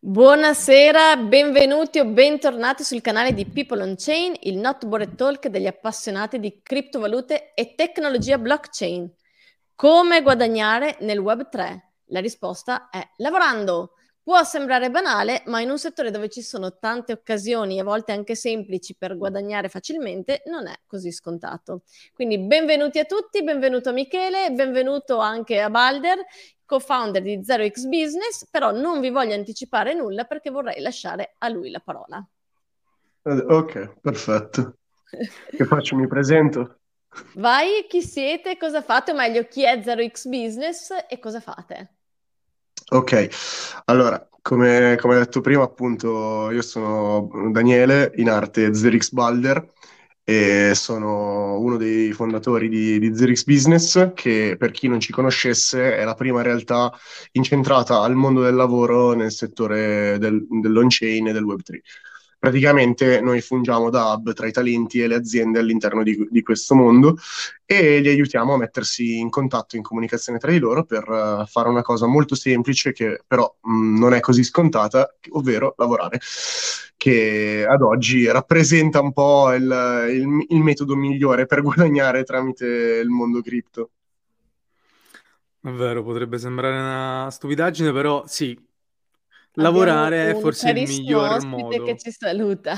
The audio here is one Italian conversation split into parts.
Buonasera, benvenuti o bentornati sul canale di People on Chain, il not boring talk degli appassionati di criptovalute e tecnologia blockchain. Come guadagnare nel Web3? La risposta è lavorando. Può sembrare banale, ma in un settore dove ci sono tante occasioni, a volte anche semplici, per guadagnare facilmente, non è così scontato. Quindi benvenuti a tutti, benvenuto a Michele, benvenuto anche a Balder, co-founder di 0x Business, però non vi voglio anticipare nulla perché vorrei lasciare a lui la parola. Ok, perfetto. Che faccio? Mi presento? Vai, chi siete, cosa fate, o meglio, chi è 0x Business e cosa fate? Ok, allora, come detto prima, appunto, io sono Daniele, in arte Zerix Balder, e sono uno dei fondatori di Zerix Business, che per chi non ci conoscesse è la prima realtà incentrata al mondo del lavoro nel settore dell'on-chain e del Web3. Praticamente noi fungiamo da hub tra i talenti e le aziende all'interno di questo mondo e li aiutiamo a mettersi in contatto, in comunicazione tra di loro per fare una cosa molto semplice che però non è così scontata, ovvero lavorare, che ad oggi rappresenta un po' il metodo migliore per guadagnare tramite il mondo cripto. È vero, potrebbe sembrare una stupidaggine, però sì, Abbiamo lavorare è un forse il carissimo miglior ospite che modo. ci saluta.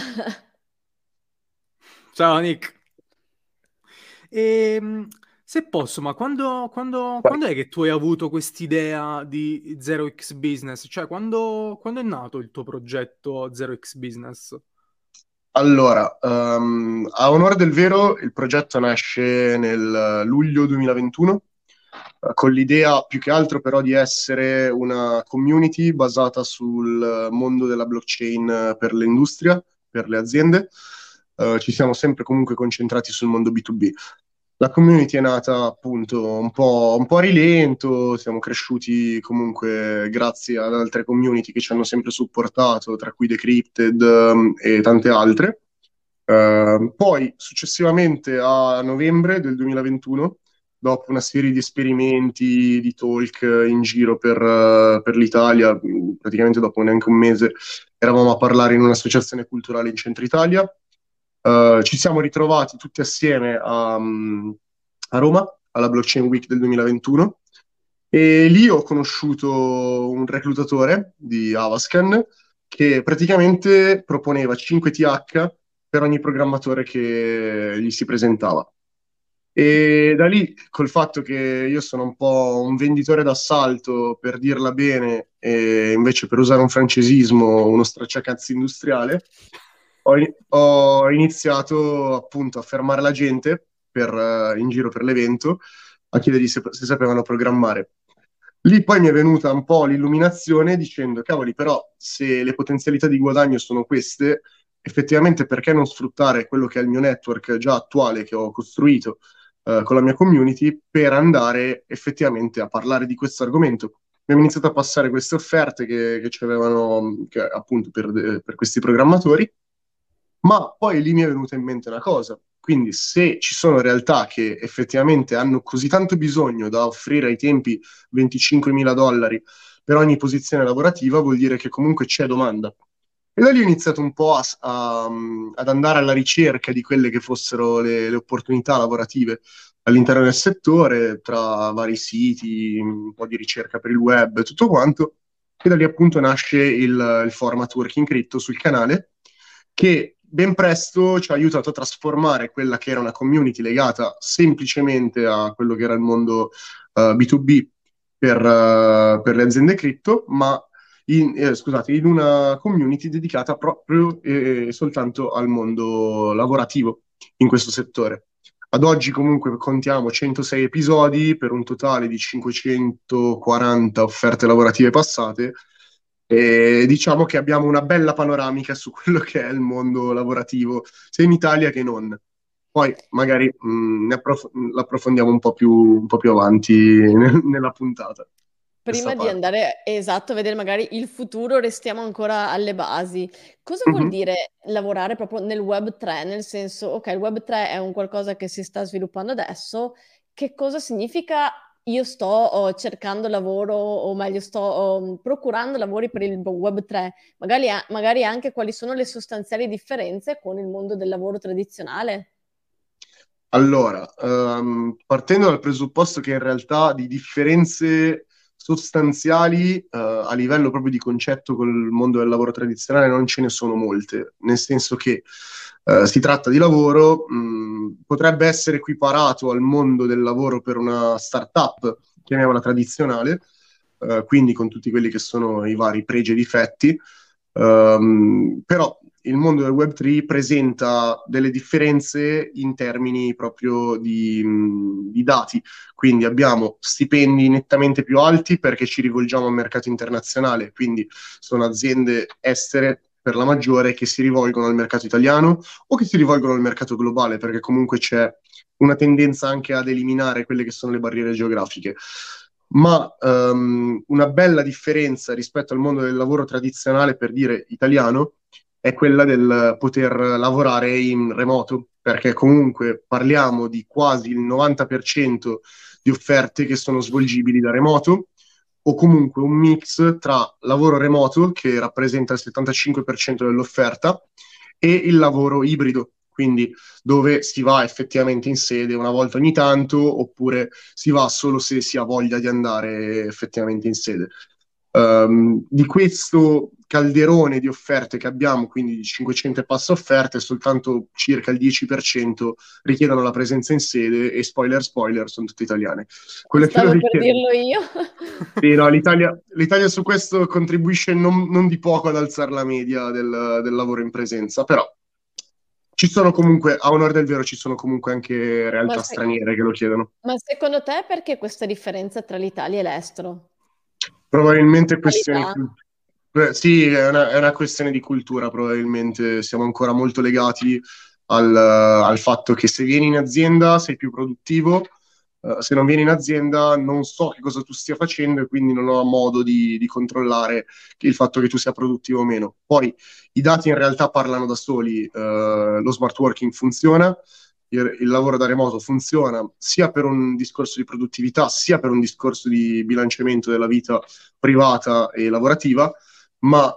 Ciao Nick. Se posso, ma quando è che tu hai avuto quest'idea di 0x Business? Cioè, quando è nato il tuo progetto 0x Business? Allora, a onore del vero, il progetto nasce nel luglio 2021, con l'idea più che altro però di essere una community basata sul mondo della blockchain per l'industria, per le aziende. Ci siamo sempre comunque concentrati sul mondo B2B. La community è nata appunto un po' a rilento, siamo cresciuti comunque grazie ad altre community che ci hanno sempre supportato, tra cui Decrypted, e tante altre. Poi, successivamente a novembre del 2021, dopo una serie di esperimenti, di talk in giro per l'Italia, praticamente dopo neanche un mese, eravamo a parlare in un'associazione culturale in Centro Italia. Ci siamo ritrovati tutti assieme a Roma, alla Blockchain Week del 2021, e lì ho conosciuto un reclutatore di Avascan che praticamente proponeva 5 TH per ogni programmatore che gli si presentava. E da lì, col fatto che io sono un po' un venditore d'assalto, per dirla bene, e invece per usare un francesismo, uno stracciacazzi industriale, ho iniziato appunto a fermare la gente in giro per l'evento a chiedergli se sapevano programmare. Lì poi mi è venuta un po' l'illuminazione dicendo, cavoli, però se le potenzialità di guadagno sono queste, effettivamente perché non sfruttare quello che è il mio network già attuale che ho costruito con la mia community per andare effettivamente a parlare di questo argomento. Abbiamo iniziato a passare queste offerte che ci avevano, che, appunto per questi programmatori, ma poi lì mi è venuta in mente una cosa. Quindi se ci sono realtà che effettivamente hanno così tanto bisogno da offrire ai tempi 25.000 dollari per ogni posizione lavorativa, vuol dire che comunque c'è domanda. E da lì ho iniziato un po' ad andare alla ricerca di quelle che fossero le opportunità lavorative all'interno del settore, tra vari siti, un po' di ricerca per il web e tutto quanto. E da lì appunto nasce il format Working Crypto sul canale, che ben presto ci ha aiutato a trasformare quella che era una community legata semplicemente a quello che era il mondo B2B per le aziende cripto, ma scusate, in una community dedicata proprio e soltanto al mondo lavorativo in questo settore. Ad oggi comunque contiamo 106 episodi per un totale di 540 offerte lavorative passate e diciamo che abbiamo una bella panoramica su quello che è il mondo lavorativo, sia in Italia che non. Poi magari l'approfondiamo un po' più avanti nella puntata. Questa Prima di parte. andare, esatto, a vedere magari il futuro, restiamo ancora alle basi. Cosa vuol Mhm. dire lavorare proprio nel Web 3? Nel senso, ok, il Web 3 è un qualcosa che si sta sviluppando adesso. Che cosa significa io sto cercando lavoro, o meglio, sto procurando lavori per il Web3, magari anche quali sono le sostanziali differenze con il mondo del lavoro tradizionale. Allora, partendo dal presupposto che in realtà di differenze sostanziali, a livello proprio di concetto col mondo del lavoro tradizionale non ce ne sono molte, nel senso che si tratta di lavoro, potrebbe essere equiparato al mondo del lavoro per una startup, chiamiamola tradizionale, quindi con tutti quelli che sono i vari pregi e difetti. Però il mondo del Web3 presenta delle differenze in termini proprio di dati, quindi abbiamo stipendi nettamente più alti perché ci rivolgiamo al mercato internazionale, quindi sono aziende estere per la maggiore che si rivolgono al mercato italiano o che si rivolgono al mercato globale, perché comunque c'è una tendenza anche ad eliminare quelle che sono le barriere geografiche. Ma una bella differenza rispetto al mondo del lavoro tradizionale, per dire italiano, è quella del poter lavorare in remoto, perché comunque parliamo di quasi il 90% di offerte che sono svolgibili da remoto, o comunque un mix tra lavoro remoto, che rappresenta il 75% dell'offerta, e il lavoro ibrido, quindi dove si va effettivamente in sede una volta ogni tanto, oppure si va solo se si ha voglia di andare effettivamente in sede. Di questo calderone di offerte che abbiamo, quindi di 500 e passa offerte, soltanto circa il 10% richiedono la presenza in sede e spoiler spoiler sono tutte italiane. Quelle che lo Stavo per richiedono. dirlo io. Sì, no, l'Italia su questo contribuisce non di poco ad alzare la media del lavoro in presenza, però ci sono comunque, a onore del vero, ci sono comunque anche Ma, realtà straniere che lo chiedono. ma secondo te perché questa differenza tra l'Italia e l'estero? Probabilmente questioni. Qualità? Sì, è una questione di cultura, probabilmente. Siamo ancora molto legati al fatto che se vieni in azienda sei più produttivo, se non vieni in azienda non so che cosa tu stia facendo e quindi non ho modo di controllare il fatto che tu sia produttivo o meno. Poi i dati in realtà parlano da soli, lo smart working funziona, il lavoro da remoto funziona sia per un discorso di produttività, sia per un discorso di bilanciamento della vita privata e lavorativa, ma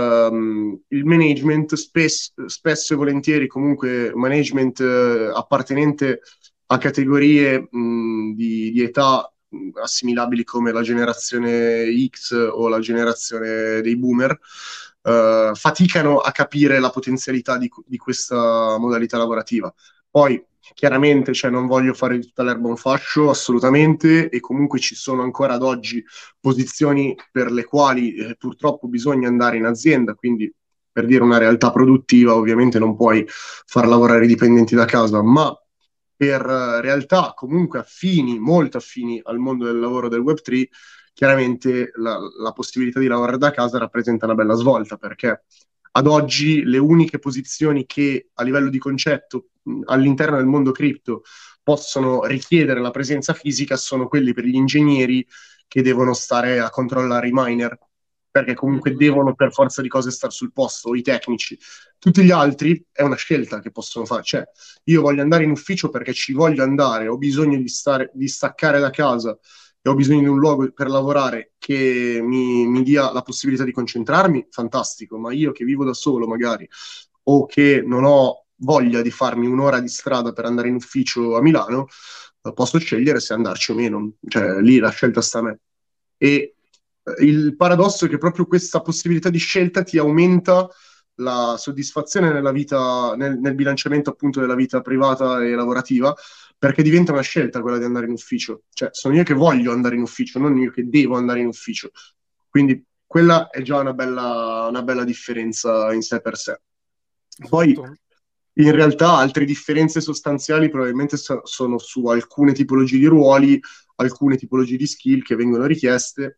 il management spesso e volentieri, comunque management appartenente a categorie di età assimilabili come la generazione X o la generazione dei boomer, faticano a capire la potenzialità di questa modalità lavorativa. Poi chiaramente, cioè, non voglio fare di tutta l'erba un fascio, assolutamente, e comunque ci sono ancora ad oggi posizioni per le quali purtroppo bisogna andare in azienda, quindi per dire una realtà produttiva, ovviamente non puoi far lavorare i dipendenti da casa, ma per realtà comunque affini, molto affini al mondo del lavoro del Web3, chiaramente la possibilità di lavorare da casa rappresenta una bella svolta, perché ad oggi le uniche posizioni che a livello di concetto all'interno del mondo cripto possono richiedere la presenza fisica sono quelli per gli ingegneri che devono stare a controllare i miner, perché comunque devono per forza di cose stare sul posto, o i tecnici. Tutti gli altri è una scelta che possono fare, cioè io voglio andare in ufficio perché ci voglio andare, ho bisogno di staccare da casa e ho bisogno di un luogo per lavorare che mi dia la possibilità di concentrarmi, fantastico, ma io che vivo da solo magari o che non ho voglia di farmi un'ora di strada per andare in ufficio a Milano, posso scegliere se andarci o meno, cioè lì la scelta sta a me. E il paradosso è che proprio questa possibilità di scelta ti aumenta la soddisfazione nella vita, nel bilanciamento appunto della vita privata e lavorativa, perché diventa una scelta quella di andare in ufficio. Cioè, sono io che voglio andare in ufficio, non io che devo andare in ufficio. Quindi quella è già una bella differenza in sé per sé. Poi, Esatto. in realtà, altre differenze sostanziali probabilmente sono su alcune tipologie di ruoli, alcune tipologie di skill che vengono richieste.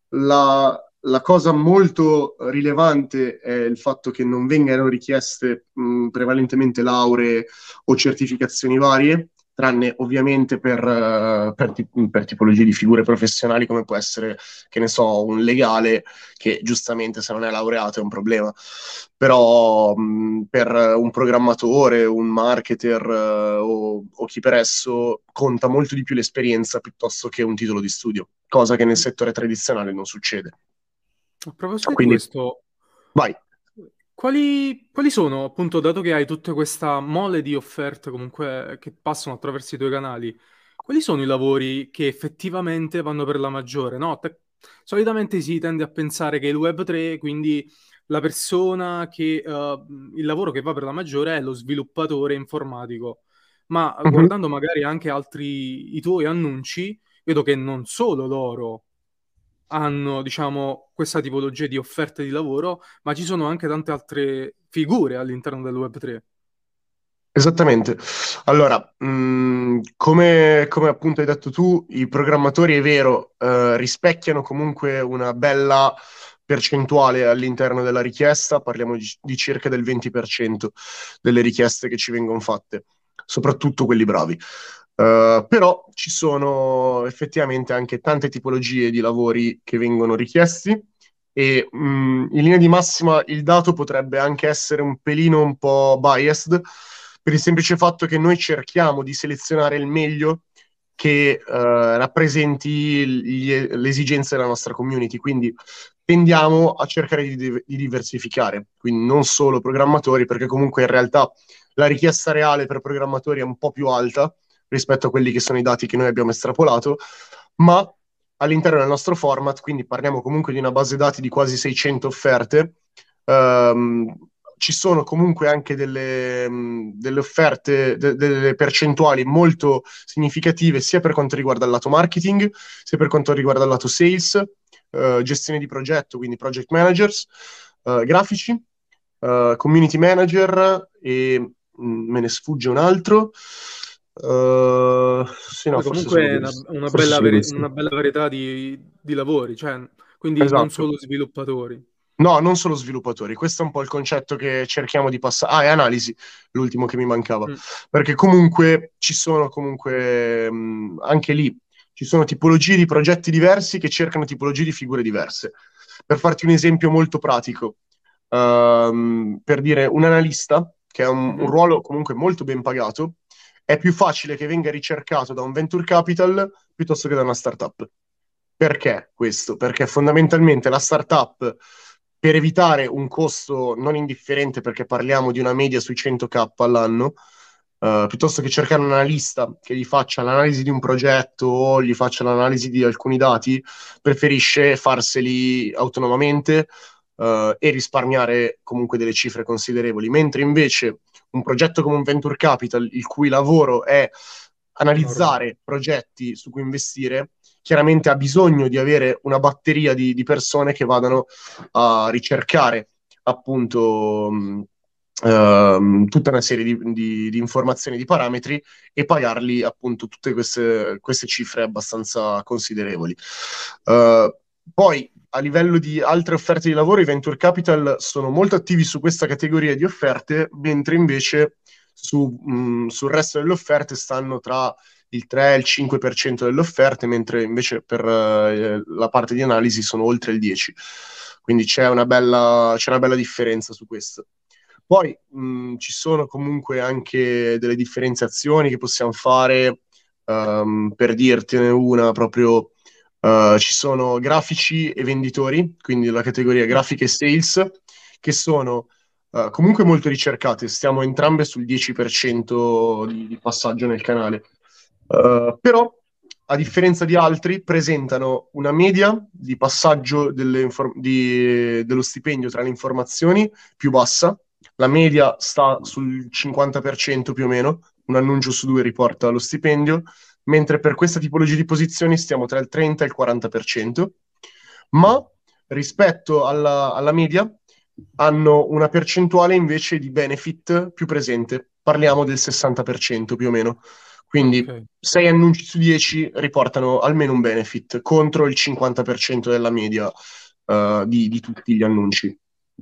La cosa molto rilevante è il fatto che non vengano richieste prevalentemente lauree o certificazioni varie, tranne ovviamente per tipologie di figure professionali come può essere, che ne so, un legale che giustamente se non è laureato è un problema. Però per un programmatore, un marketer o chi per esso conta molto di più l'esperienza piuttosto che un titolo di studio, cosa che nel settore tradizionale non succede. A proposito di Quindi questo, vai. quali sono, appunto, dato che hai tutta questa mole di offerte comunque che passano attraverso i tuoi canali, quali sono i lavori che effettivamente vanno per la maggiore, no? Solitamente si tende a pensare che il Web3, quindi la persona che, il lavoro che va per la maggiore è lo sviluppatore informatico, ma Mhm. guardando magari anche altri, i tuoi annunci, vedo che non solo loro hanno, diciamo, questa tipologia di offerte di lavoro, ma ci sono anche tante altre figure all'interno del Web3. Esattamente. Allora, come appunto hai detto tu, i programmatori, è vero, rispecchiano comunque una bella percentuale all'interno della richiesta, parliamo di circa del 20% delle richieste che ci vengono fatte, soprattutto quelli bravi. Però ci sono effettivamente anche tante tipologie di lavori che vengono richiesti e in linea di massima il dato potrebbe anche essere un pelino un po' biased per il semplice fatto che noi cerchiamo di selezionare il meglio che rappresenti le esigenze della nostra community, quindi tendiamo a cercare di diversificare, quindi non solo programmatori, perché comunque in realtà la richiesta reale per programmatori è un po' più alta rispetto a quelli che sono i dati che noi abbiamo estrapolato, ma all'interno del nostro format, quindi parliamo comunque di una base dati di quasi 600 offerte, ehm, ci sono comunque anche delle offerte, delle percentuali molto significative sia per quanto riguarda il lato marketing, sia per quanto riguarda il lato sales, gestione di progetto, quindi project managers, grafici, community manager e me ne sfugge un altro. Sì, no, Poi forse sono comunque è questi. Forse sono questi. una bella varietà di lavori, cioè, quindi non Esatto. solo sviluppatori. No, non solo sviluppatori, questo è un po' il concetto che cerchiamo di passare. Ah, e analisi, l'ultimo che mi mancava. Mm. Perché comunque ci sono comunque anche lì ci sono tipologie di progetti diversi che cercano tipologie di figure diverse. Per farti un esempio molto pratico, per dire un analista, che è un Mhm. ruolo comunque molto ben pagato, è più facile che venga ricercato da un venture capital piuttosto che da una startup. Perché questo? Perché fondamentalmente la startup, per evitare un costo non indifferente, perché parliamo di una media sui 100k all'anno, piuttosto che cercare un analista che gli faccia l'analisi di un progetto o gli faccia l'analisi di alcuni dati, preferisce farseli autonomamente, e risparmiare comunque delle cifre considerevoli. Mentre invece un progetto come un venture capital, il cui lavoro è Enorme. analizzare progetti su cui investire, chiaramente ha bisogno di avere una batteria di persone che vadano a ricercare appunto tutta una serie di informazioni, di parametri e pagarli appunto tutte queste cifre abbastanza considerevoli. Poi a livello di altre offerte di lavoro, i venture capital sono molto attivi su questa categoria di offerte, mentre invece sul resto delle offerte stanno tra il 3 e il 5% delle offerte, mentre invece per la parte di analisi sono oltre il 10%. Quindi c'è una bella differenza su questo. Poi ci sono comunque anche delle differenziazioni che possiamo fare, per dirtene una proprio, ci sono grafici e venditori, quindi la categoria grafica e sales, che sono comunque molto ricercate, stiamo entrambe sul 10% di passaggio nel canale. Però, a differenza di altri, presentano una media di passaggio dello stipendio tra le informazioni più bassa. La media sta sul 50% più o meno, un annuncio su due riporta lo stipendio, mentre per questa tipologia di posizioni stiamo tra il 30 e il 40%, ma rispetto alla media hanno una percentuale invece di benefit più presente, parliamo del 60% più o meno. Quindi Ok. 6 annunci su 10 riportano almeno un benefit contro il 50% della media di tutti gli annunci.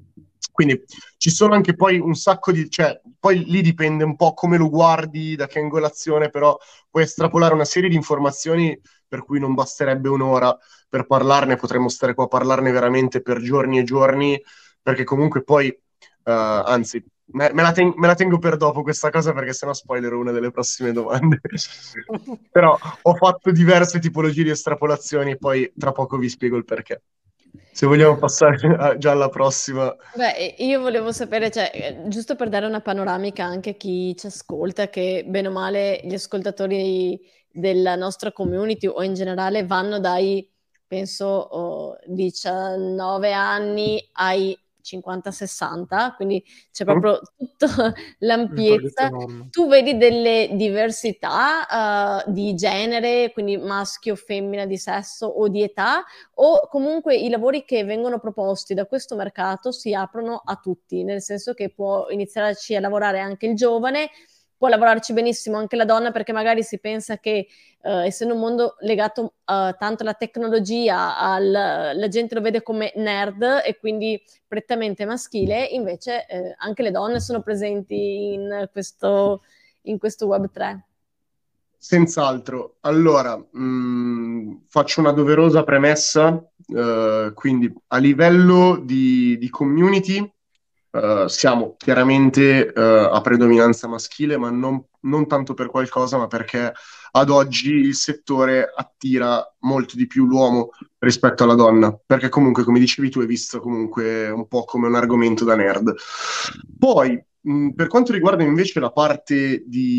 Quindi ci sono anche poi un sacco di... cioè, poi lì dipende un po' come lo guardi, da che angolazione, però puoi estrapolare una serie di informazioni per cui non basterebbe un'ora per parlarne, potremmo stare qua a parlarne veramente per giorni e giorni, perché comunque poi, anzi, me la tengo per dopo questa cosa perché sennò spoilerò una delle prossime domande. Però ho fatto diverse tipologie di estrapolazioni, poi tra poco vi spiego il perché. Se vogliamo passare già alla prossima. Beh, io volevo sapere, cioè, giusto per dare una panoramica anche a chi ci ascolta, che bene o male gli ascoltatori della nostra community o in generale vanno dai, penso, 19 anni ai 50-60, quindi c'è proprio tutta Un target l'ampiezza. enorme. Tu vedi delle diversità di genere, quindi maschio, femmina, di sesso o di età, o comunque i lavori che vengono proposti da questo mercato si aprono a tutti, nel senso che può iniziarci a lavorare anche il giovane, può lavorarci benissimo anche la donna, perché magari si pensa che essendo un mondo legato tanto alla tecnologia, la gente lo vede come nerd e quindi prettamente maschile, invece anche le donne sono presenti in questo Web 3. Senz'altro. Allora, faccio una doverosa premessa, quindi a livello di community siamo chiaramente a predominanza maschile, ma non tanto per qualcosa, ma perché ad oggi il settore attira molto di più l'uomo rispetto alla donna, perché comunque, come dicevi tu, è visto comunque un po' come un argomento da nerd. Poi, per quanto riguarda invece la parte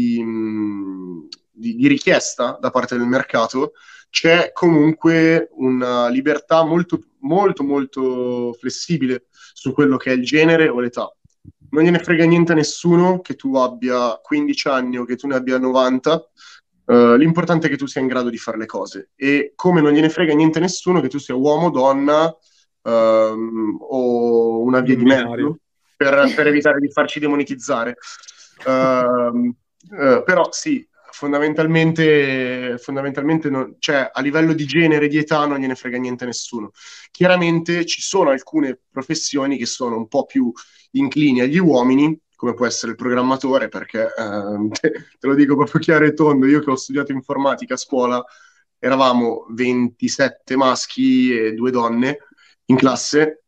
di richiesta da parte del mercato, c'è comunque una libertà molto, molto, molto flessibile su quello che è il genere o l'età. Non gliene frega niente a nessuno che tu abbia 15 anni o che tu ne abbia 90. L'importante è che tu sia in grado di fare le cose. E come non gliene frega niente a nessuno che tu sia uomo, donna o una via Non di binario. mezzo per evitare di farci demonetizzare. Però sì, fondamentalmente cioè, a livello di genere, di età non gliene frega niente a nessuno. Chiaramente ci sono alcune professioni che sono un po' più inclini agli uomini, come può essere il programmatore, perché te lo dico proprio chiaro e tondo, io che ho studiato informatica a scuola, eravamo 27 maschi e 2 donne in classe,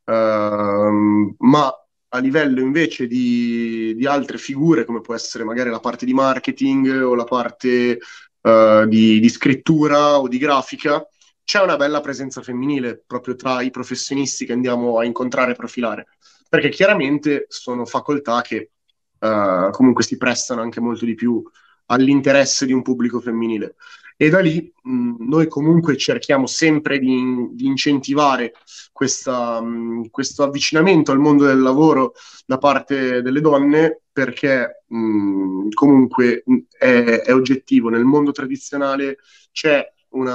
ma a livello invece di altre figure, come può essere magari la parte di marketing o la parte di scrittura o di grafica, c'è una bella presenza femminile proprio tra i professionisti che andiamo a incontrare e profilare, perché chiaramente sono facoltà che comunque si prestano anche molto di più all'interesse di un pubblico femminile. E da lì noi comunque cerchiamo sempre di incentivare questo avvicinamento al mondo del lavoro da parte delle donne, perché comunque è oggettivo. Nel mondo tradizionale c'è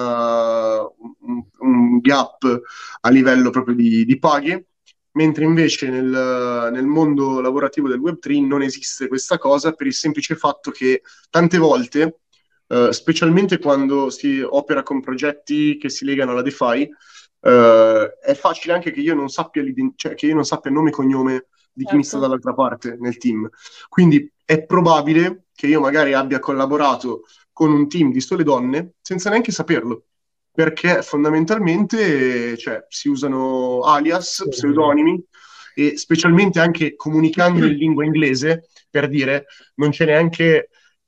un gap a livello proprio di paghe, mentre invece nel mondo lavorativo del Web3 non esiste questa cosa per il semplice fatto che tante volte, specialmente quando si opera con progetti che si legano alla DeFi, è facile anche che io non sappia, cioè, che io non sappia nome e cognome di chi mi sta Certo. dall'altra parte nel team. Quindi è probabile che io magari abbia collaborato con un team di sole donne senza neanche saperlo, perché fondamentalmente cioè, si usano alias, pseudonimi, e specialmente anche comunicando in lingua inglese, per dire, non c'è neanche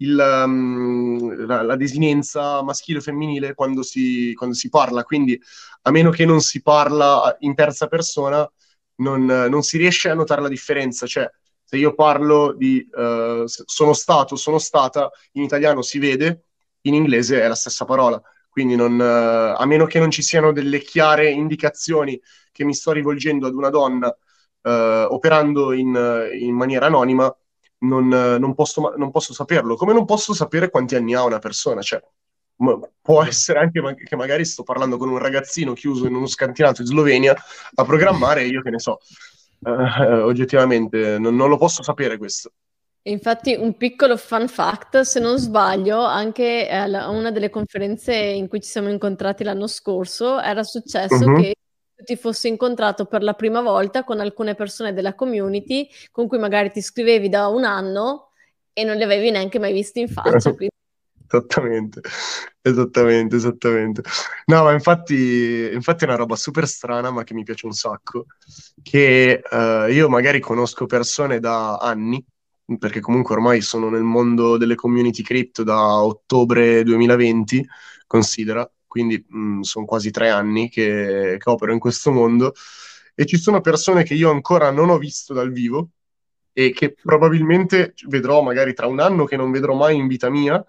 la desinenza maschile o femminile quando si parla, quindi a meno che non si parla in terza persona, non si riesce a notare la differenza. Cioè, se io parlo di sono stato, sono stata, in italiano si vede, in inglese è la stessa parola. Quindi a meno che non ci siano delle chiare indicazioni che mi sto rivolgendo ad una donna operando in maniera anonima, non posso saperlo. Come non posso sapere quanti anni ha una persona? Cioè, può essere anche che magari sto parlando con un ragazzino chiuso in uno scantinato in Slovenia a programmare, io che ne so. Oggettivamente non lo posso sapere questo. Infatti, un piccolo fun fact, se non sbaglio, anche a una delle conferenze in cui ci siamo incontrati l'anno scorso, era successo Mhm. che tu ti fossi incontrato per la prima volta con alcune persone della community con cui magari ti scrivevi da un anno e non li avevi neanche mai visti in faccia. Quindi... Esattamente, esattamente, esattamente. No, ma infatti è una roba super strana, ma che mi piace un sacco, che io magari conosco persone da anni, perché comunque ormai sono nel mondo delle community crypto da ottobre 2020, considera, quindi sono quasi 3 anni che opero in questo mondo, e ci sono persone che io ancora non ho visto dal vivo e che probabilmente vedrò magari tra un anno, che non vedrò mai in vita mia,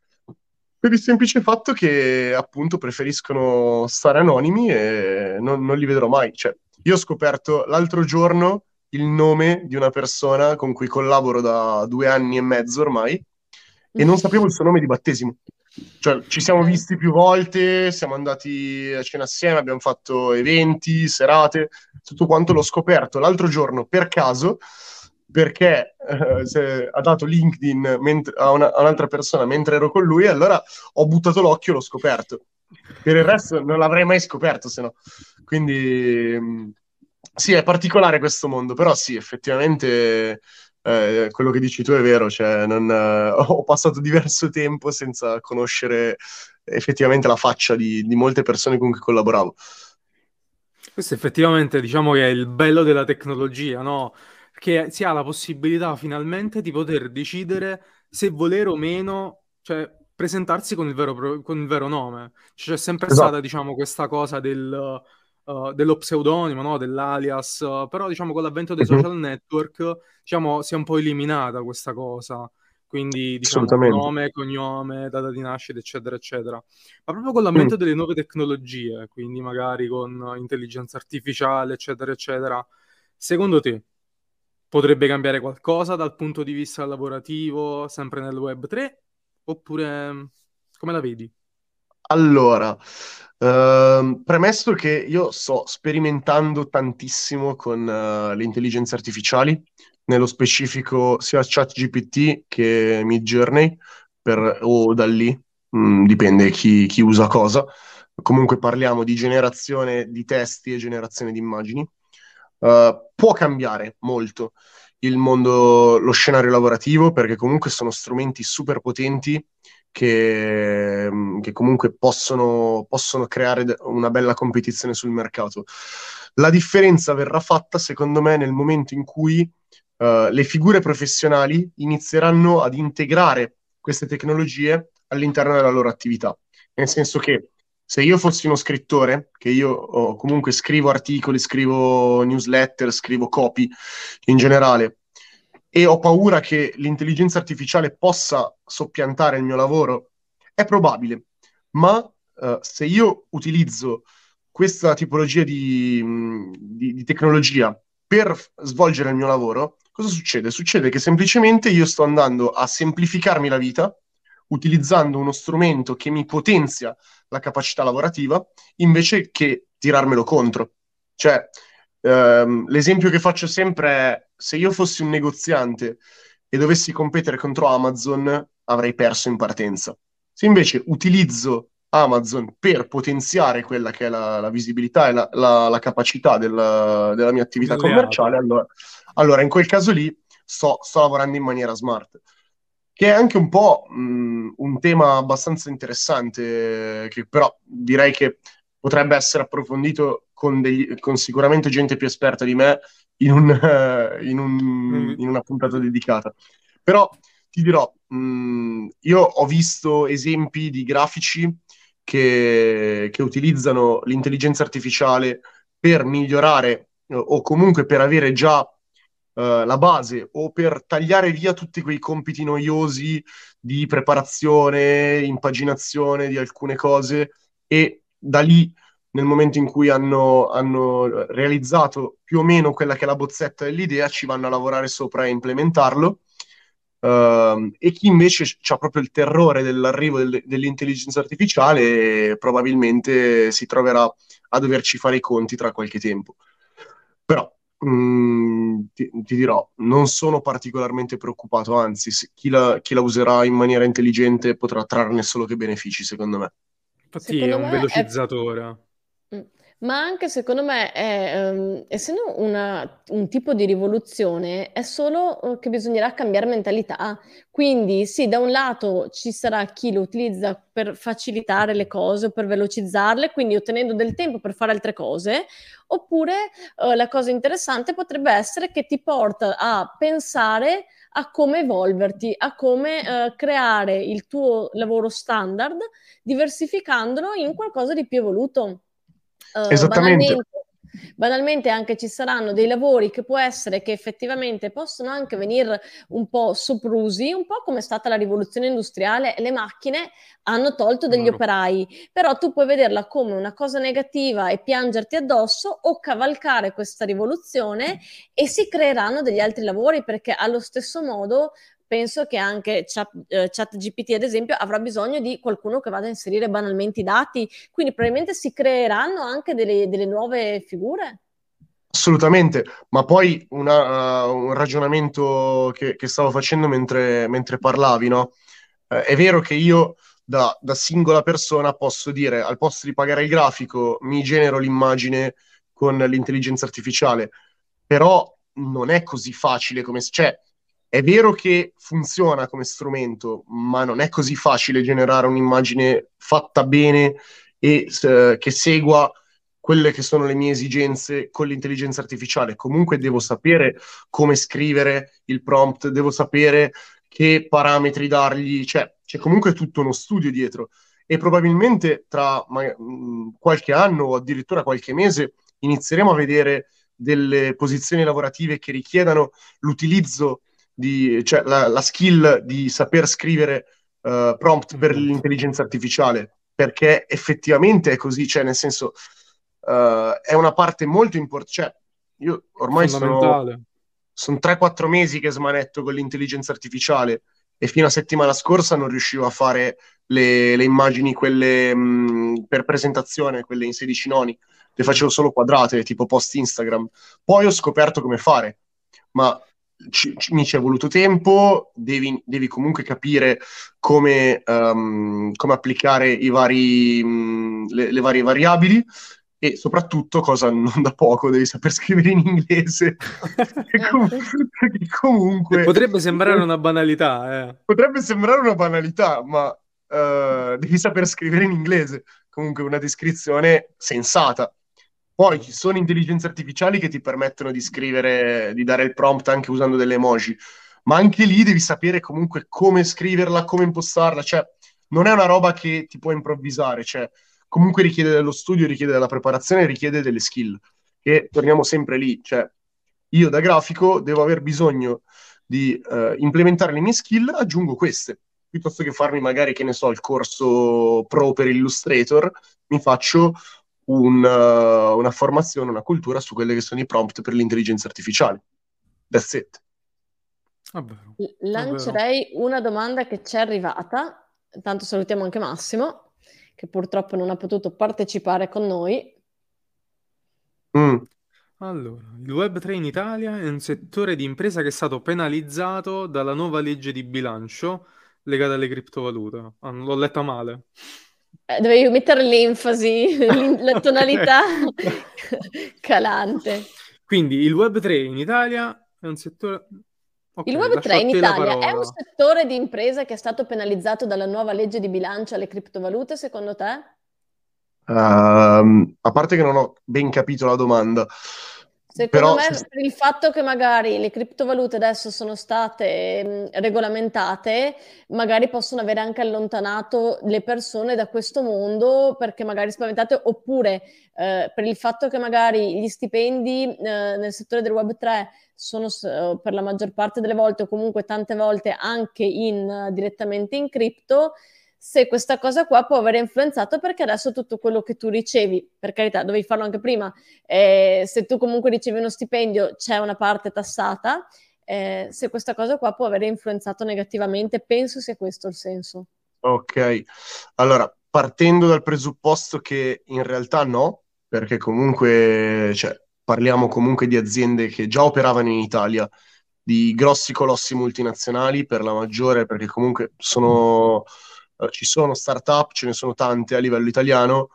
per il semplice fatto che appunto preferiscono stare anonimi e non li vedrò mai. Cioè, io ho scoperto l'altro giorno il nome di una persona con cui collaboro da 2 anni e mezzo ormai e non sapevo il suo nome di battesimo. Cioè, ci siamo visti più volte, siamo andati a cena assieme, abbiamo fatto eventi, serate, tutto quanto l'ho scoperto l'altro giorno per caso, perché ha dato LinkedIn a un'altra persona mentre ero con lui, e allora ho buttato l'occhio e l'ho scoperto. Per il resto non l'avrei mai scoperto, se no. Quindi sì, è particolare questo mondo, però sì, effettivamente quello che dici tu è vero, cioè ho passato diverso tempo senza conoscere effettivamente la faccia di molte persone con cui collaboravo. Questo effettivamente diciamo che è il bello della tecnologia, no? Che si ha la possibilità finalmente di poter decidere se volere o meno, cioè presentarsi con il vero, con il vero nome. C'è sempre stata, Esatto. diciamo, questa cosa dello pseudonimo, no? Dell'alias, però diciamo con l'avvento dei Mhm. social network, diciamo, si è un po' eliminata questa cosa. Quindi, diciamo, Assolutamente. nome, cognome, data di nascita, eccetera, eccetera. Ma proprio con Mm. l'avvento delle nuove tecnologie, quindi magari con intelligenza artificiale, eccetera, eccetera, secondo te potrebbe cambiare qualcosa dal punto di vista lavorativo, sempre nel web 3? Oppure come la vedi? Allora, premesso che io sto sperimentando tantissimo con le intelligenze artificiali, nello specifico sia ChatGPT che Midjourney, o da lì, dipende chi usa cosa. Comunque parliamo di generazione di testi e generazione di immagini. Può cambiare molto il mondo, lo scenario lavorativo, perché comunque sono strumenti super potenti che comunque possono creare una bella competizione sul mercato. La differenza verrà fatta, secondo me, nel momento in cui le figure professionali inizieranno ad integrare queste tecnologie all'interno della loro attività. Nel senso che se io fossi uno scrittore, che io comunque scrivo articoli, scrivo newsletter, scrivo copy in generale, e ho paura che l'intelligenza artificiale possa soppiantare il mio lavoro, è probabile, ma se io utilizzo questa tipologia di tecnologia per svolgere il mio lavoro, cosa succede? Succede che semplicemente io sto andando a semplificarmi la vita utilizzando uno strumento che mi potenzia la capacità lavorativa invece che tirarmelo contro. Cioè, l'esempio che faccio sempre è se io fossi un negoziante e dovessi competere contro Amazon, avrei perso in partenza. Se invece utilizzo Amazon per potenziare quella che è la visibilità e la capacità della mia Un attività commerciale, alleato. allora in quel caso lì sto lavorando in maniera smart. Che è anche un po' un tema abbastanza interessante, che però direi che potrebbe essere approfondito con sicuramente gente più esperta di me in una puntata dedicata. Però ti dirò, io ho visto esempi di grafici che utilizzano l'intelligenza artificiale per migliorare o comunque per avere già la base o per tagliare via tutti quei compiti noiosi di preparazione, impaginazione di alcune cose e da lì, nel momento in cui hanno realizzato più o meno quella che è la bozzetta dell'idea, ci vanno a lavorare sopra e implementarlo. E chi invece ha proprio il terrore dell'arrivo dell'intelligenza artificiale probabilmente si troverà a doverci fare i conti tra qualche tempo. Però ti dirò, non sono particolarmente preoccupato, anzi, chi la userà in maniera intelligente potrà trarne solo che benefici, secondo me. Infatti è Secondo un me è... velocizzatore. Mm. Ma anche secondo me, essendo un tipo di rivoluzione, è solo che bisognerà cambiare mentalità. Quindi sì, da un lato ci sarà chi lo utilizza per facilitare le cose, per velocizzarle, quindi ottenendo del tempo per fare altre cose, oppure la cosa interessante potrebbe essere che ti porta a pensare a come evolverti, a come creare il tuo lavoro standard, diversificandolo in qualcosa di più evoluto. Esattamente. Banalmente anche ci saranno dei lavori che può essere che effettivamente possono anche venire un po' soprusi, un po' come è stata la rivoluzione industriale, le macchine hanno tolto degli Vero. operai, però tu puoi vederla come una cosa negativa e piangerti addosso o cavalcare questa rivoluzione e si creeranno degli altri lavori perché allo stesso modo penso che anche ChatGPT, ad esempio, avrà bisogno di qualcuno che vada a inserire banalmente i dati, quindi probabilmente si creeranno anche delle nuove figure. Assolutamente, ma poi un ragionamento che stavo facendo mentre parlavi, no? È vero che io da singola persona posso dire al posto di pagare il grafico mi genero l'immagine con l'intelligenza artificiale, però non è così facile come... Cioè, è vero che funziona come strumento, ma non è così facile generare un'immagine fatta bene e che segua quelle che sono le mie esigenze con l'intelligenza artificiale. Comunque devo sapere come scrivere il prompt, devo sapere che parametri dargli, cioè c'è comunque tutto uno studio dietro e probabilmente tra qualche anno o addirittura qualche mese inizieremo a vedere delle posizioni lavorative che richiedano l'utilizzo cioè la skill di saper scrivere prompt per Esatto. l'intelligenza artificiale, perché effettivamente è così, cioè nel senso è una parte molto importante. Cioè, io ormai Fondamentale. sono 3-4 mesi che smanetto con l'intelligenza artificiale e fino a settimana scorsa non riuscivo a fare le immagini, quelle per presentazione, quelle in 16 noni, le facevo solo quadrate, tipo post Instagram. Poi ho scoperto come fare, ma mi ci è voluto tempo, devi comunque capire come applicare le varie variabili e soprattutto, cosa non da poco, devi saper scrivere in inglese. Che E comunque potrebbe sembrare una banalità, eh. potrebbe sembrare una banalità, ma devi saper scrivere in inglese. Comunque una descrizione sensata. Poi ci sono intelligenze artificiali che ti permettono di scrivere, di dare il prompt anche usando delle emoji, ma anche lì devi sapere comunque come scriverla, come impostarla, cioè non è una roba che ti puoi improvvisare, cioè comunque richiede dello studio, richiede della preparazione, richiede delle skill. E torniamo sempre lì, cioè io da grafico devo aver bisogno di implementare le mie skill, aggiungo queste. Piuttosto che farmi magari, che ne so, il corso pro per Illustrator, mi faccio una formazione, una cultura su quelli che sono i prompt per l'intelligenza artificiale. That's it. È vero, è vero. Lancerei una domanda che ci è arrivata, tanto salutiamo anche Massimo, che purtroppo non ha potuto partecipare con noi. Mm. Allora, il Web3 in Italia è un settore di impresa che è stato penalizzato dalla nuova legge di bilancio legata alle criptovalute. Ah, non l'ho letta male. Dovevi mettere l'enfasi, la tonalità Ok. calante. Quindi il Web3 in Italia è un settore... Il Ok, Web3 lascio a in te la Italia è un parola. settore di impresa che è stato penalizzato dalla nuova legge di bilancio alle criptovalute, secondo te? A parte che non ho ben capito la domanda, Secondo però me, per il fatto che magari le criptovalute adesso sono state regolamentate, magari possono avere anche allontanato le persone da questo mondo perché magari spaventate, oppure per il fatto che magari gli stipendi nel settore del Web3 sono per la maggior parte delle volte o comunque tante volte anche direttamente in cripto, se questa cosa qua può aver influenzato perché adesso tutto quello che tu ricevi, per carità, dovevi farlo anche prima, se tu comunque ricevi uno stipendio c'è una parte tassata, se questa cosa qua può aver influenzato negativamente, penso sia questo il senso. ok. Allora, partendo dal presupposto che in realtà no, perché comunque, cioè, parliamo comunque di aziende che già operavano in Italia, di grossi colossi multinazionali per la maggiore, perché comunque ci sono start-up, ce ne sono tante a livello italiano,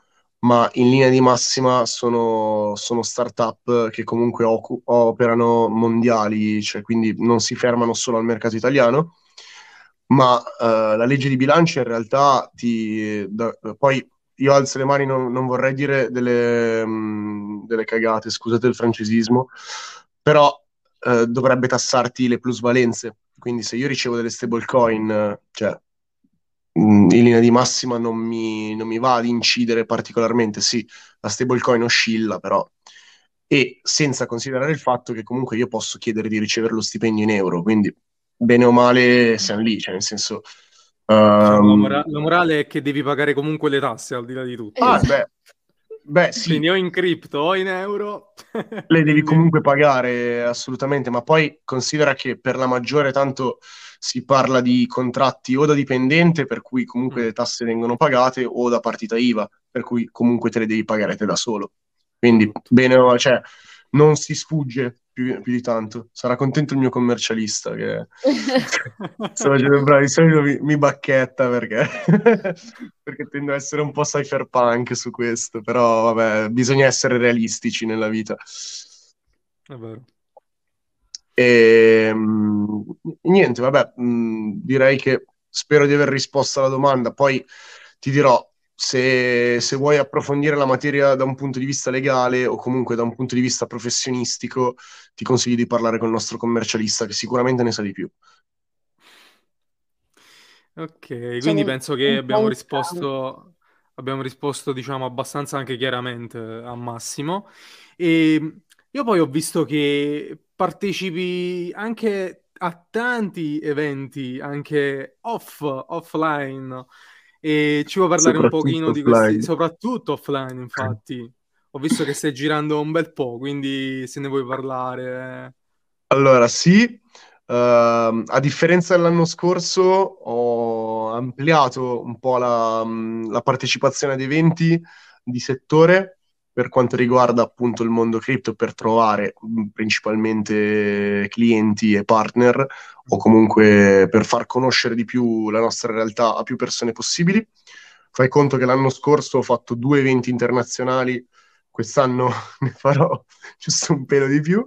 ma in linea di massima sono startup che comunque operano mondiali, cioè quindi non si fermano solo al mercato italiano, ma la legge di bilancio in realtà poi io alzo le mani, non vorrei dire delle cagate, scusate il francesismo, però dovrebbe tassarti le plusvalenze. Quindi se io ricevo delle stablecoin, cioè in linea di massima non mi va ad incidere particolarmente. Sì, la stablecoin oscilla, però. E senza considerare il fatto che comunque io posso chiedere di ricevere lo stipendio in euro, quindi bene o male siamo lì, cioè nel senso... Diciamo, ehm, la morale è che devi pagare comunque le tasse al di là di tutto. beh, Esatto. beh, sì, Quindi o in cripto o in euro. le devi Quindi... comunque pagare assolutamente, ma poi considera che per la maggiore tanto si parla di contratti o da dipendente, per cui comunque Mm, le tasse vengono pagate, o da partita IVA, per cui comunque te le devi pagare te da solo. Quindi esatto. bene, cioè, non si sfugge più di tanto. Sarà contento il mio commercialista che sto facendo bravo, di solito mi bacchetta perché... perché tendo ad essere un po' cypherpunk su questo, però vabbè, bisogna essere realistici nella vita. È vero. E niente, vabbè, direi che spero di aver risposto alla domanda. Poi ti dirò, se vuoi approfondire la materia da un punto di vista legale o comunque da un punto di vista professionistico, ti consiglio di parlare con il nostro commercialista che sicuramente ne sa di più. Ok, Sono quindi penso che un po' entrambi. abbiamo risposto, diciamo, abbastanza anche chiaramente a Massimo. E io poi ho visto che partecipi anche a tanti eventi, anche offline, e ci vuoi parlare un pochino Soprattutto di questi, offline. soprattutto offline, infatti. Ho visto che stai girando un bel po', quindi se ne vuoi parlare. Allora, sì, a differenza dell'anno scorso ho ampliato un po' la partecipazione ad eventi di settore per quanto riguarda appunto il mondo cripto per trovare principalmente clienti e partner o comunque per far conoscere di più la nostra realtà a più persone possibili. Fai conto che l'anno scorso ho fatto 2 eventi internazionali, quest'anno ne farò giusto un pelo di più.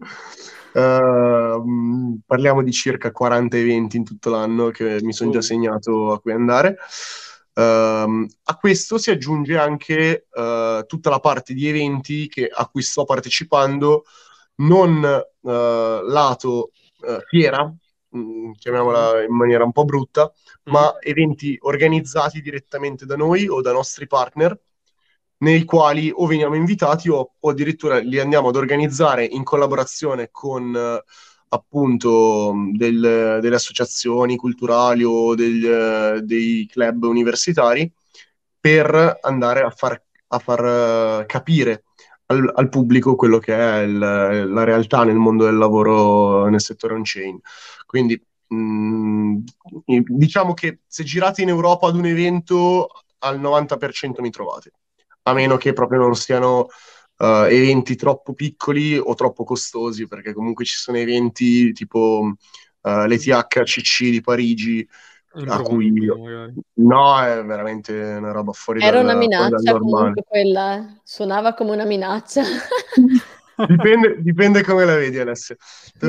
Parliamo di circa 40 eventi in tutto l'anno che mi sono già Oh. segnato a cui andare. A questo si aggiunge anche tutta la parte di eventi a cui sto partecipando, non lato fiera, Ok. chiamiamola in maniera un po' brutta, Mm. ma eventi organizzati direttamente da noi o da nostri partner, nei quali o veniamo invitati o addirittura li andiamo ad organizzare in collaborazione con appunto delle associazioni culturali o dei club universitari per andare a far capire al pubblico quello che è la realtà nel mondo del lavoro nel settore on-chain. Quindi mh, diciamo che se girate in Europa ad un evento, al 90% mi trovate, a meno che proprio non siano eventi troppo piccoli o troppo costosi, perché comunque ci sono eventi tipo l'ETHCC di Parigi, a cui Improponibili, magari. no, è veramente una roba fuori Era una fuori dal minaccia normale. comunque quella, suonava come una minaccia. Dipende come la vedi, Alessia.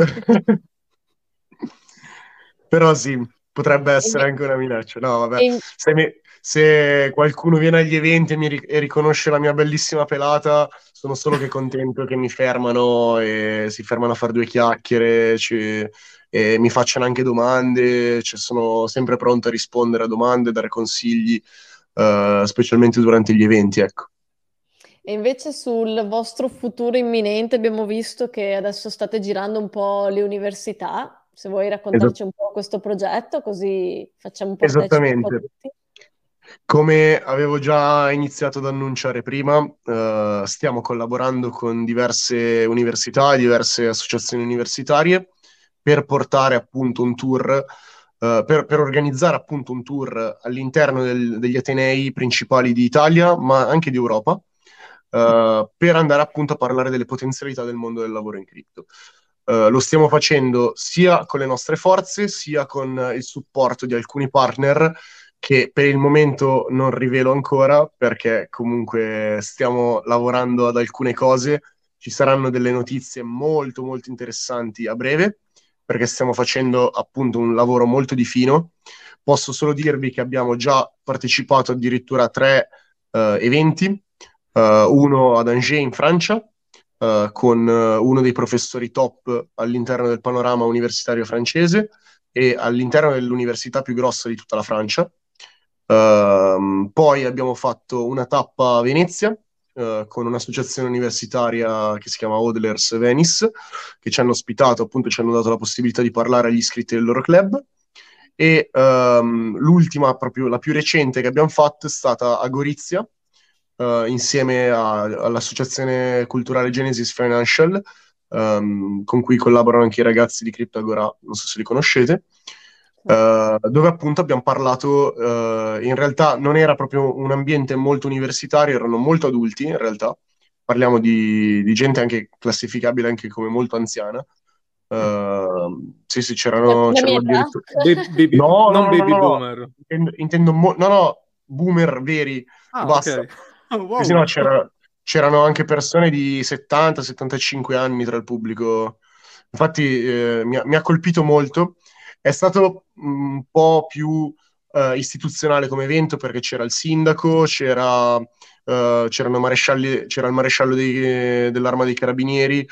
Però sì, potrebbe essere Inve- anche una minaccia. No, vabbè, in- se qualcuno viene agli eventi e riconosce la mia bellissima pelata, sono solo che contento che mi fermano e si fermano a fare due chiacchiere, e mi facciano anche domande, cioè, sono sempre pronto a rispondere a domande, dare consigli, specialmente durante gli eventi, ecco. E invece sul vostro futuro imminente abbiamo visto che adesso state girando un po' le università. Se vuoi Esa- raccontarci un po' questo progetto, così facciamo partecipi un po' Esattamente. tutti. Come avevo già iniziato ad annunciare prima, stiamo collaborando con diverse università e diverse associazioni universitarie per portare appunto un tour, per organizzare appunto un tour all'interno degli atenei principali di Italia, ma anche di Europa, per andare appunto a parlare delle potenzialità del mondo del lavoro in cripto. Lo stiamo facendo sia con le nostre forze, sia con il supporto di alcuni partner che per il momento non rivelo ancora perché comunque stiamo lavorando ad alcune cose. Ci saranno delle notizie molto molto interessanti a breve perché stiamo facendo appunto un lavoro molto di fino. Posso solo dirvi che abbiamo già partecipato addirittura a 3 eventi, uno ad Angers in Francia, con uno dei professori top all'interno del panorama universitario francese e all'interno dell'università più grossa di tutta la Francia. Poi abbiamo fatto una tappa a Venezia con un'associazione universitaria che si chiama Hodlers Venice, che ci hanno ospitato, appunto ci hanno dato la possibilità di parlare agli iscritti del loro club. E l'ultima, proprio la più recente che abbiamo fatto è stata a Gorizia, insieme all'Associazione Culturale Genesis Financial, con cui collaborano anche i ragazzi di Cryptagora, non so se li conoscete, dove appunto abbiamo parlato, in realtà non era proprio un ambiente molto universitario, erano molto adulti in realtà, parliamo di gente anche classificabile anche come molto anziana. Sì, sì, La mia c'erano età? addirittura... No, no, Non no, no, baby no, no. boomer. No, no, boomer veri e Ah, basta. ok. Sì, sì, no, Wow. c'erano anche persone di 70-75 anni tra il pubblico. Infatti, mi ha colpito molto. È stato un po' più istituzionale come evento perché c'era il sindaco, c'era il maresciallo dell'Arma dei Carabinieri,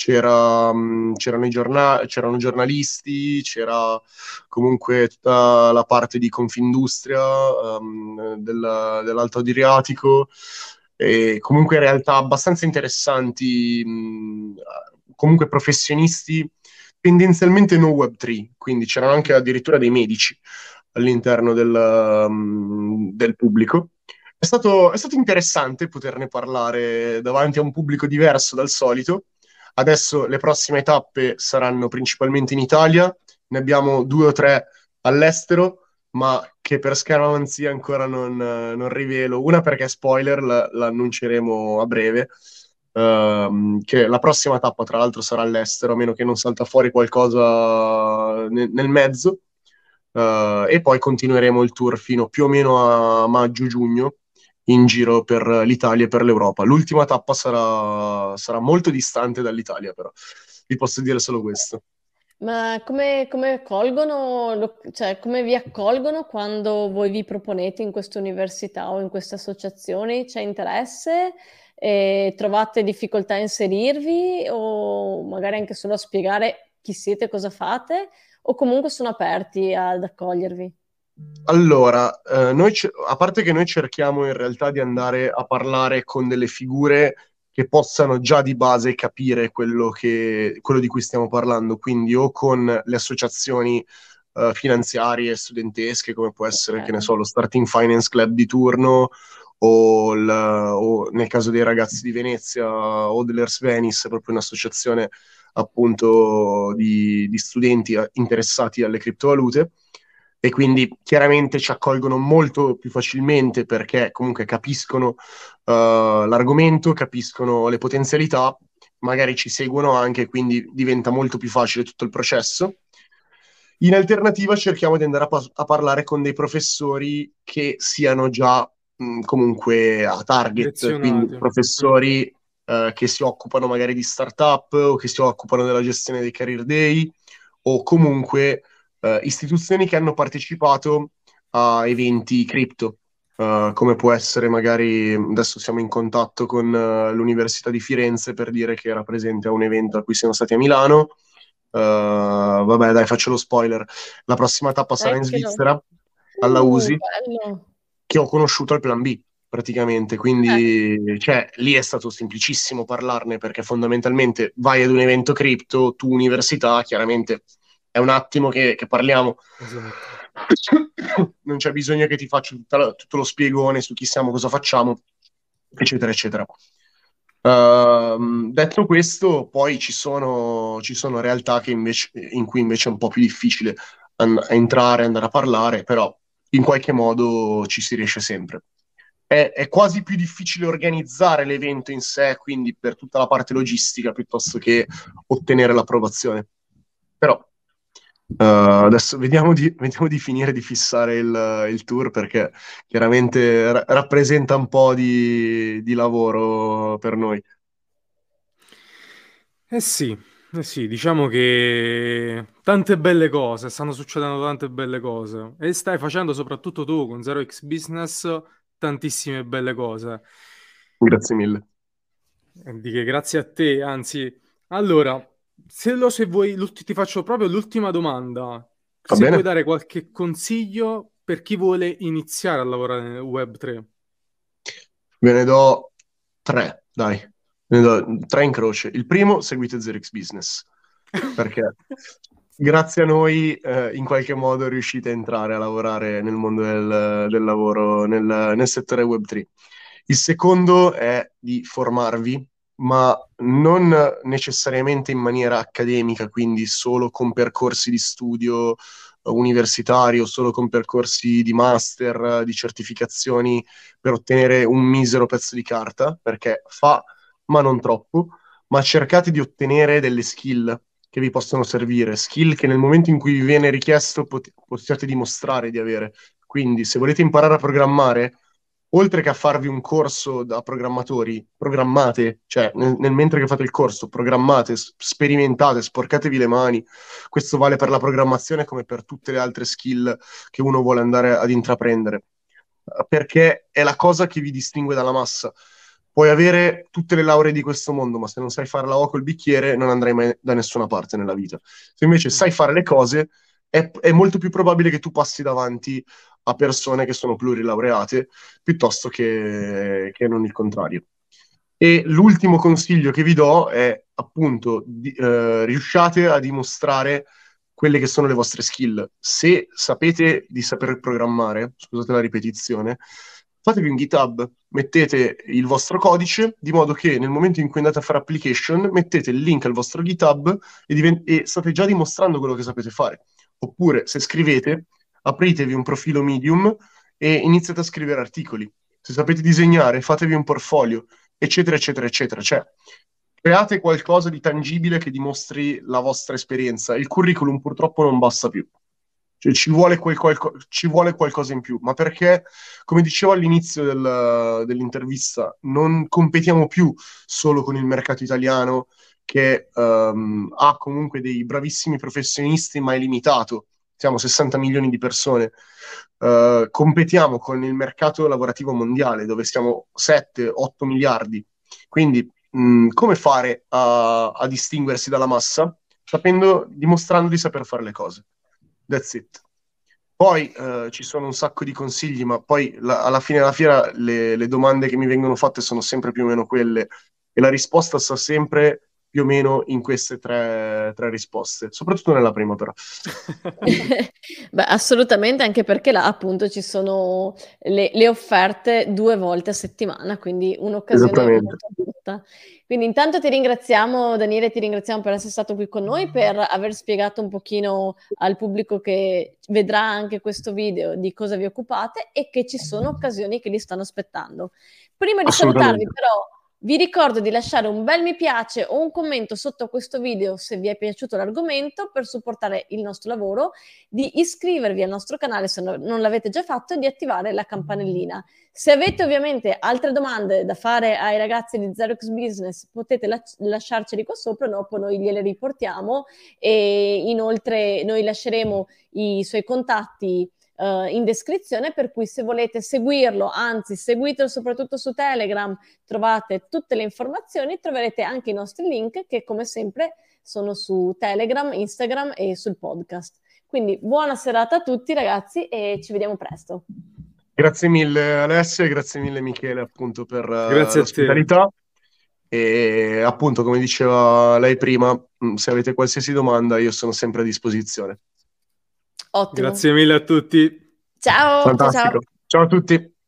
c'erano giornalisti, c'era comunque tutta la parte di Confindustria dell'Alto Adriatico e comunque realtà abbastanza interessanti, comunque professionisti tendenzialmente no Web3, quindi c'erano anche addirittura dei medici all'interno del pubblico. È stato interessante poterne parlare davanti a un pubblico diverso dal solito. Adesso le prossime tappe saranno principalmente in Italia, ne abbiamo 2 o 3 all'estero, ma che per scaramanzia ancora non rivelo. Una perché spoiler, l'annunceremo a breve, che la prossima tappa tra l'altro sarà all'estero, a meno che non salta fuori qualcosa nel mezzo. E poi continueremo il tour fino più o meno a maggio-giugno in giro per l'Italia e per l'Europa. L'ultima tappa sarà molto distante dall'Italia, però vi posso dire solo questo. Ma come accolgono, cioè come vi accolgono quando voi vi proponete in queste università o in queste associazioni? C'è interesse? Trovate difficoltà a inserirvi o magari anche solo a spiegare chi siete e cosa fate? O comunque sono aperti ad accogliervi? Allora, a parte che noi cerchiamo in realtà di andare a parlare con delle figure che possano già di base capire quello di cui stiamo parlando, quindi o con le associazioni finanziarie studentesche, come può essere, che ne Ok. so, lo Starting Finance Club di turno, o nel caso dei ragazzi di Venezia, o dell'Ers Venice, proprio un'associazione appunto di studenti interessati alle criptovalute e quindi chiaramente ci accolgono molto più facilmente perché comunque capiscono l'argomento, capiscono le potenzialità, magari ci seguono anche, quindi diventa molto più facile tutto il processo. In alternativa cerchiamo di andare a parlare con dei professori che siano già comunque a target, quindi Direzionati. Mm. professori che si occupano magari di startup o che si occupano della gestione dei career day o comunque istituzioni che hanno partecipato a eventi cripto, come può essere magari, adesso siamo in contatto con l'Università di Firenze per dire che era presente a un evento a cui siamo stati a Milano. Vabbè, dai, faccio lo spoiler. La prossima tappa sarà in Che no. Svizzera, alla USI, Bello. che ho conosciuto al Plan B, praticamente. Eh, Quindi, cioè, lì è stato semplicissimo parlarne perché fondamentalmente vai ad un evento cripto, tu università, chiaramente è un attimo che parliamo. Esatto. Non c'è bisogno che ti faccia tutto lo spiegone su chi siamo, cosa facciamo, eccetera, eccetera. Detto questo, poi ci sono realtà in cui invece è un po' più difficile entrare, andare a parlare, però in qualche modo ci si riesce sempre. È quasi più difficile organizzare l'evento in sé, quindi per tutta la parte logistica, piuttosto che ottenere l'approvazione. Però Adesso vediamo di finire di fissare il tour perché chiaramente rappresenta un po' di lavoro per noi. Eh sì, eh sì, diciamo che tante belle cose, stanno succedendo tante belle cose e stai facendo soprattutto tu con Zero X Business tantissime belle cose. Grazie mille. E di che grazie a te, anzi, allora, se vuoi, ti faccio proprio l'ultima domanda. Va Se vuoi bene? dare qualche consiglio per chi vuole iniziare a lavorare nel Web 3. Ve ne do tre, dai. Ve ne do tre in croce. Il primo, seguite Zerix Business, perché grazie a noi in qualche modo riuscite a entrare a lavorare nel mondo del lavoro, nel settore Web3. Il secondo è di formarvi, ma non necessariamente in maniera accademica, quindi solo con percorsi di studio universitario, solo con percorsi di master, di certificazioni per ottenere un misero pezzo di carta, perché fa, ma non troppo, ma cercate di ottenere delle skill che vi possono servire, skill che nel momento in cui vi viene richiesto possiate dimostrare di avere. Quindi, se volete imparare a programmare, oltre che a farvi un corso da programmatori, programmate, cioè mentre che fate il corso, programmate, sperimentate, sporcatevi le mani. Questo vale per la programmazione come per tutte le altre skill che uno vuole andare ad intraprendere, perché è la cosa che vi distingue dalla massa. Puoi avere tutte le lauree di questo mondo, ma se non sai fare la O col bicchiere non andrai mai da nessuna parte nella vita. Se invece sai fare le cose, è molto più probabile che tu passi davanti a persone che sono plurilaureate piuttosto che non il contrario. E l'ultimo consiglio che vi do è appunto riusciate a dimostrare quelle che sono le vostre skill. Se sapete di saper programmare, scusate la ripetizione, fatevi un GitHub, mettete il vostro codice, di modo che nel momento in cui andate a fare application, mettete il link al vostro GitHub e state già dimostrando quello che sapete fare. Oppure, se scrivete, apritevi un profilo Medium e iniziate a scrivere articoli. Se sapete disegnare, fatevi un portfolio, eccetera, eccetera, eccetera. Cioè, create qualcosa di tangibile che dimostri la vostra esperienza. Il curriculum purtroppo non basta più. Cioè, ci vuole qualcosa in più, ma perché, come dicevo all'inizio dell'intervista, non competiamo più solo con il mercato italiano che ha comunque dei bravissimi professionisti, ma è limitato. Siamo 60 milioni di persone. Competiamo con il mercato lavorativo mondiale, dove siamo 7-8 miliardi. Quindi, come fare a distinguersi dalla massa? Dimostrando di saper fare le cose. That's it. Poi ci sono un sacco di consigli, ma poi alla fine della fiera le domande che mi vengono fatte sono sempre più o meno quelle e la risposta sta sempre più o meno in queste tre risposte, soprattutto nella prima però. Beh, assolutamente, anche perché là appunto ci sono le offerte 2 volte a settimana, quindi un'occasione Esattamente. molto brutta. Quindi intanto ti ringraziamo Daniele, ti ringraziamo per essere stato qui con noi, per aver spiegato un pochino al pubblico che vedrà anche questo video di cosa vi occupate e che ci sono occasioni che li stanno aspettando. Prima di salutarvi Assolutamente. però vi ricordo di lasciare un bel mi piace o un commento sotto questo video se vi è piaciuto l'argomento per supportare il nostro lavoro, di iscrivervi al nostro canale se non l'avete già fatto e di attivare la campanellina. Se avete ovviamente altre domande da fare ai ragazzi di Xerox Business potete lasciarceli qua sopra, dopo noi gliele riportiamo e inoltre noi lasceremo i suoi contatti in descrizione, per cui se volete seguirlo, anzi seguitelo soprattutto su Telegram, trovate tutte le informazioni, troverete anche i nostri link che come sempre sono su Telegram, Instagram e sul podcast. Quindi buona serata a tutti ragazzi e ci vediamo presto. Grazie mille Alessia e grazie mille Michele appunto per Grazie a te. l'ospitalità e appunto come diceva lei prima, se avete qualsiasi domanda io sono sempre a disposizione. Ottimo. Grazie mille a tutti. Ciao, ciao, ciao. Fantastico. Ciao a tutti.